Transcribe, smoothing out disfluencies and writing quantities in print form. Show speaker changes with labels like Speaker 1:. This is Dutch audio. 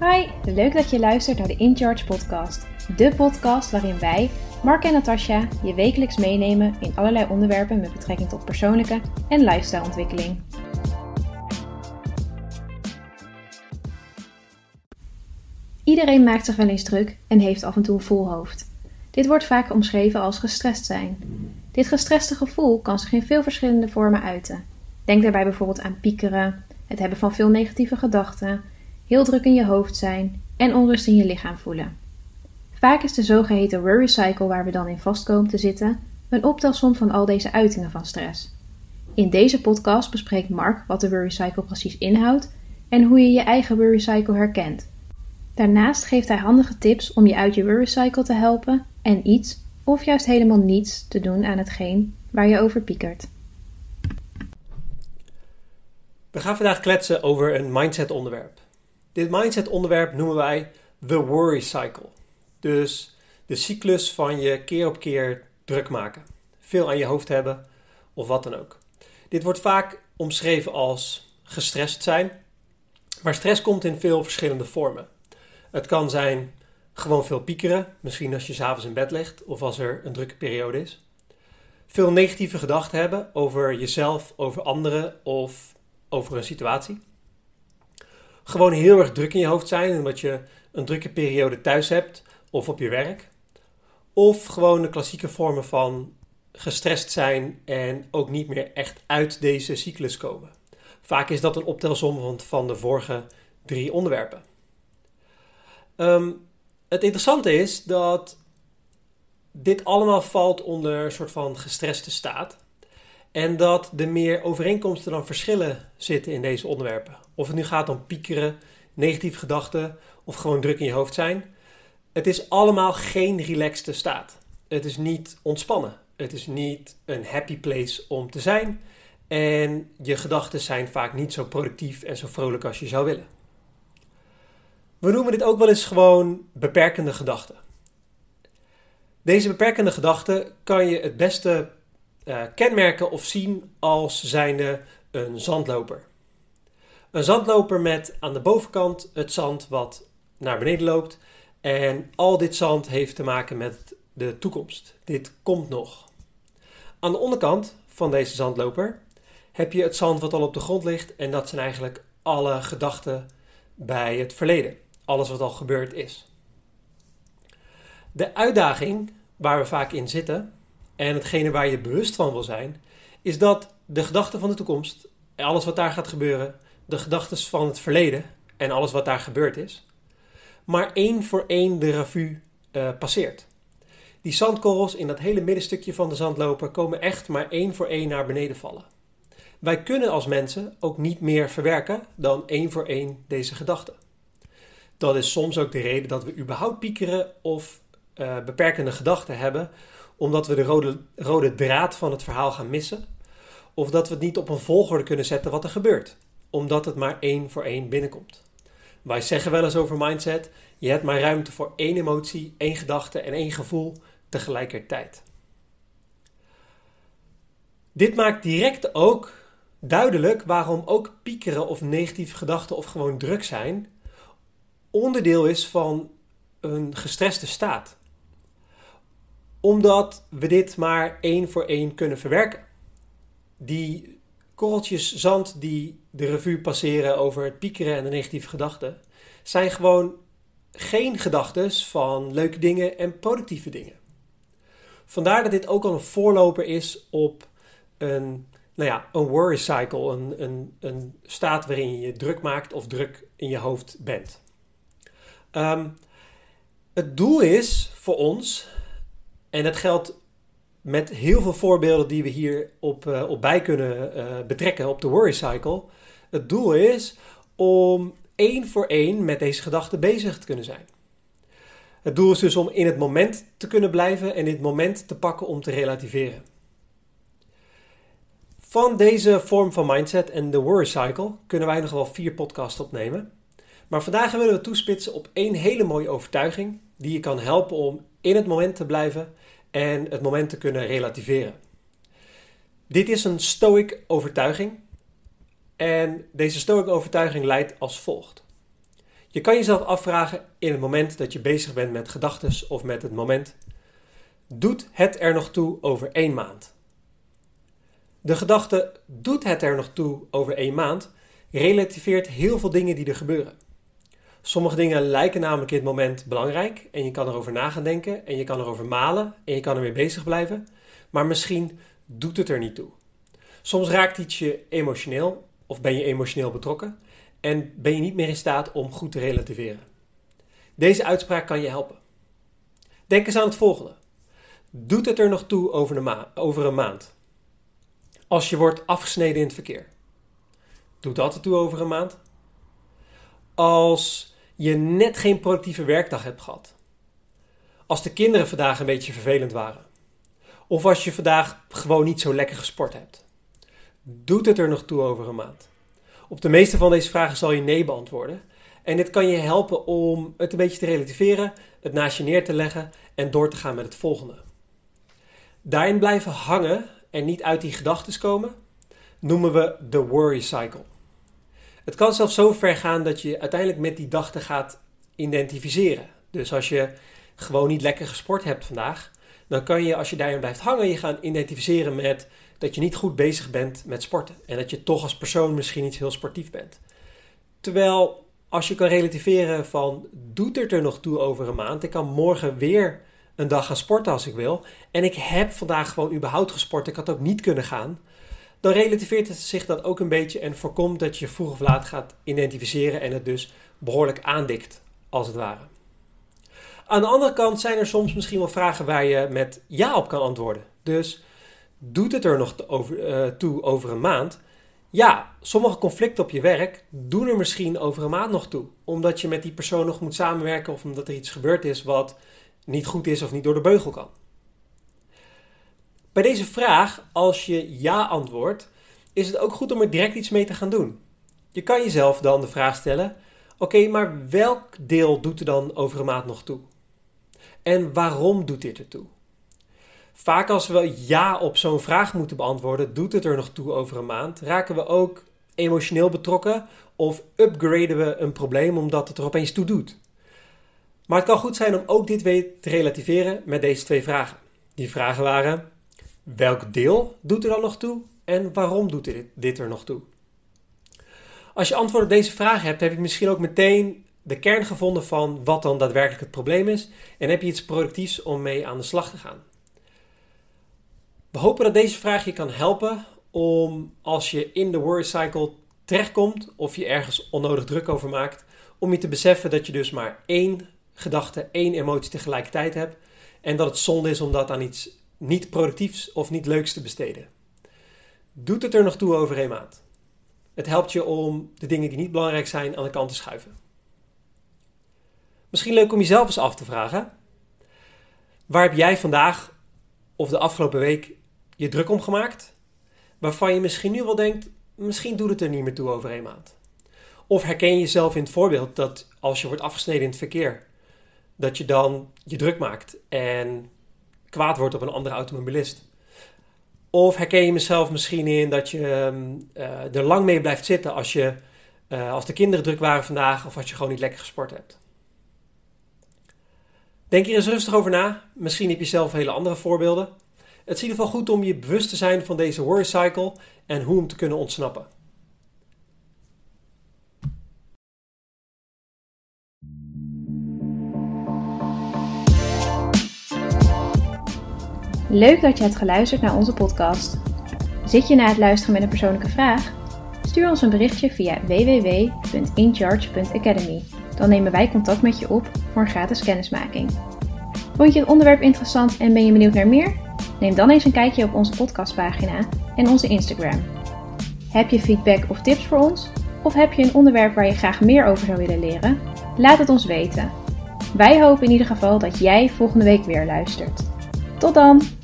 Speaker 1: Hi, leuk dat je luistert naar de In Charge podcast. De podcast waarin wij, Mark en Natasja, je wekelijks meenemen in allerlei onderwerpen met betrekking tot persoonlijke en lifestyleontwikkeling. Iedereen maakt zich wel eens druk en heeft af en toe een vol hoofd. Dit wordt vaak omschreven als gestrest zijn. Dit gestreste gevoel kan zich in veel verschillende vormen uiten. Denk daarbij bijvoorbeeld aan piekeren, het hebben van veel negatieve gedachten, heel druk in je hoofd zijn en onrust in je lichaam voelen. Vaak is de zogeheten worry cycle waar we dan in vast komen te zitten een optelsom van al deze uitingen van stress. In deze podcast bespreekt Mark wat de worry cycle precies inhoudt en hoe je je eigen worry cycle herkent. Daarnaast geeft hij handige tips om je uit je worry cycle te helpen en iets, of juist helemaal niets, te doen aan hetgeen waar je over piekert.
Speaker 2: We gaan vandaag kletsen over een mindset onderwerp. Dit mindset onderwerp noemen wij the worry cycle. Dus de cyclus van je keer op keer druk maken. Veel aan je hoofd hebben of wat dan ook. Dit wordt vaak omschreven als gestrest zijn. Maar stress komt in veel verschillende vormen. Het kan zijn gewoon veel piekeren. Misschien als je 's avonds in bed ligt of als er een drukke periode is. Veel negatieve gedachten hebben over jezelf, over anderen of over een situatie. Gewoon heel erg druk in je hoofd zijn omdat je een drukke periode thuis hebt of op je werk. Of gewoon de klassieke vormen van gestrest zijn en ook niet meer echt uit deze cyclus komen. Vaak is dat een optelsom van de vorige 3 onderwerpen. Het interessante is dat dit allemaal valt onder een soort van gestreste staat. En dat er meer overeenkomsten dan verschillen zitten in deze onderwerpen. Of het nu gaat om piekeren, negatieve gedachten of gewoon druk in je hoofd zijn. Het is allemaal geen relaxte staat. Het is niet ontspannen. Het is niet een happy place om te zijn. En je gedachten zijn vaak niet zo productief en zo vrolijk als je zou willen. We noemen dit ook wel eens gewoon beperkende gedachten. Deze beperkende gedachten kan je het beste kenmerken of zien als zijnde een zandloper. Een zandloper met aan de bovenkant het zand wat naar beneden loopt. En al dit zand heeft te maken met de toekomst. Dit komt nog. Aan de onderkant van deze zandloper heb je het zand wat al op de grond ligt. En dat zijn eigenlijk alle gedachten bij het verleden. Alles wat al gebeurd is. De uitdaging waar we vaak in zitten en hetgene waar je bewust van wil zijn, is dat de gedachten van de toekomst, alles wat daar gaat gebeuren, de gedachten van het verleden en alles wat daar gebeurd is, maar 1 voor 1 de revue passeert. Die zandkorrels in dat hele middenstukje van de zandloper komen echt maar 1 voor 1 naar beneden vallen. Wij kunnen als mensen ook niet meer verwerken dan 1 voor 1 deze gedachten. Dat is soms ook de reden dat we überhaupt piekeren of beperkende gedachten hebben, omdat we de rode draad van het verhaal gaan missen. Of dat we het niet op een volgorde kunnen zetten wat er gebeurt. Omdat het maar 1 voor 1 binnenkomt. Wij zeggen wel eens over mindset, je hebt maar ruimte voor 1 emotie, 1 gedachte en 1 gevoel tegelijkertijd. Dit maakt direct ook duidelijk waarom ook piekeren of negatieve gedachten of gewoon druk zijn onderdeel is van een gestreste staat. Omdat we dit maar 1 voor 1 kunnen verwerken. Die korreltjes zand die de revue passeren over het piekeren en de negatieve gedachten, zijn gewoon geen gedachten van leuke dingen en productieve dingen. Vandaar dat dit ook al een voorloper is op een worry cycle, een staat waarin je je druk maakt of druk in je hoofd bent. Het doel is voor ons, en dat geldt met heel veel voorbeelden die we hier op bij kunnen betrekken op de worry cycle. Het doel is om 1 voor 1 met deze gedachten bezig te kunnen zijn. Het doel is dus om in het moment te kunnen blijven en dit moment te pakken om te relativeren. Van deze vorm van mindset en de worry cycle kunnen wij nog wel 4 podcasts opnemen. Maar vandaag willen we toespitsen op 1 hele mooie overtuiging die je kan helpen om in het moment te blijven en het moment te kunnen relativeren. Dit is een stoïc overtuiging en deze stoïc overtuiging luidt als volgt. Je kan jezelf afvragen in het moment dat je bezig bent met gedachten of met het moment. Doet het er nog toe over 1 maand? De gedachte, doet het er nog toe over 1 maand, relativeert heel veel dingen die er gebeuren. Sommige dingen lijken namelijk in het moment belangrijk en je kan erover na gaan denken en je kan erover malen en je kan ermee bezig blijven, maar misschien doet het er niet toe. Soms raakt iets je emotioneel of ben je emotioneel betrokken en ben je niet meer in staat om goed te relativeren. Deze uitspraak kan je helpen. Denk eens aan het volgende. Doet het er nog toe over een maand? Als je wordt afgesneden in het verkeer. Doet dat er toe over een maand? Als je net geen productieve werkdag hebt gehad. Als de kinderen vandaag een beetje vervelend waren. Of als je vandaag gewoon niet zo lekker gesport hebt. Doet het er nog toe over een maand? Op de meeste van deze vragen zal je nee beantwoorden. En dit kan je helpen om het een beetje te relativeren, het naast je neer te leggen en door te gaan met het volgende. Daarin blijven hangen en niet uit die gedachten komen, noemen we de worry cycle. Het kan zelfs zo ver gaan dat je uiteindelijk met die gedachten gaat identificeren. Dus als je gewoon niet lekker gesport hebt vandaag, dan kan je, als je daarin blijft hangen, je gaan identificeren met dat je niet goed bezig bent met sporten. En dat je toch als persoon misschien niet heel sportief bent. Terwijl, als je kan relativeren van, doet het er nog toe over een maand? Ik kan morgen weer een dag gaan sporten als ik wil. En ik heb vandaag gewoon überhaupt gesport. Ik had ook niet kunnen gaan. Dan relativeert het zich dat ook een beetje en voorkomt dat je vroeg of laat gaat identificeren en het dus behoorlijk aandikt, als het ware. Aan de andere kant zijn er soms misschien wel vragen waar je met ja op kan antwoorden. Dus doet het er nog toe over een maand? Ja, sommige conflicten op je werk doen er misschien over een maand nog toe. Omdat je met die persoon nog moet samenwerken of omdat er iets gebeurd is wat niet goed is of niet door de beugel kan. Bij deze vraag, als je ja antwoordt, is het ook goed om er direct iets mee te gaan doen. Je kan jezelf dan de vraag stellen, oké, maar welk deel doet er dan over een maand nog toe? En waarom doet dit er toe? Vaak als we ja op zo'n vraag moeten beantwoorden, doet het er nog toe over een maand, raken we ook emotioneel betrokken of upgraden we een probleem omdat het er opeens toe doet. Maar het kan goed zijn om ook dit weer te relativeren met deze 2 vragen. Die vragen waren, welk deel doet er dan nog toe en waarom doet dit er nog toe? Als je antwoord op deze vraag hebt, heb je misschien ook meteen de kern gevonden van wat dan daadwerkelijk het probleem is en heb je iets productiefs om mee aan de slag te gaan. We hopen dat deze vraag je kan helpen om, als je in de worry cycle terechtkomt of je ergens onnodig druk over maakt, om je te beseffen dat je dus maar 1 gedachte, 1 emotie tegelijkertijd hebt en dat het zonde is om dat aan iets niet productiefs of niet leuks te besteden. Doet het er nog toe over 1 maand? Het helpt je om de dingen die niet belangrijk zijn aan de kant te schuiven. Misschien leuk om jezelf eens af te vragen. Waar heb jij vandaag of de afgelopen week je druk om gemaakt? Waarvan je misschien nu wel denkt, misschien doet het er niet meer toe over 1 maand. Of herken je jezelf in het voorbeeld dat als je wordt afgesneden in het verkeer, dat je dan je druk maakt en kwaad wordt op een andere automobilist. Of herken je jezelf misschien in dat je er lang mee blijft zitten als de kinderen druk waren vandaag of als je gewoon niet lekker gesport hebt. Denk hier eens rustig over na. Misschien heb je zelf hele andere voorbeelden. Het is in ieder geval goed om je bewust te zijn van deze worry cycle en hoe hem te kunnen ontsnappen.
Speaker 1: Leuk dat je hebt geluisterd naar onze podcast. Zit je na het luisteren met een persoonlijke vraag? Stuur ons een berichtje via www.incharge.academy. Dan nemen wij contact met je op voor een gratis kennismaking. Vond je het onderwerp interessant en ben je benieuwd naar meer? Neem dan eens een kijkje op onze podcastpagina en onze Instagram. Heb je feedback of tips voor ons? Of heb je een onderwerp waar je graag meer over zou willen leren? Laat het ons weten. Wij hopen in ieder geval dat jij volgende week weer luistert. Tot dan!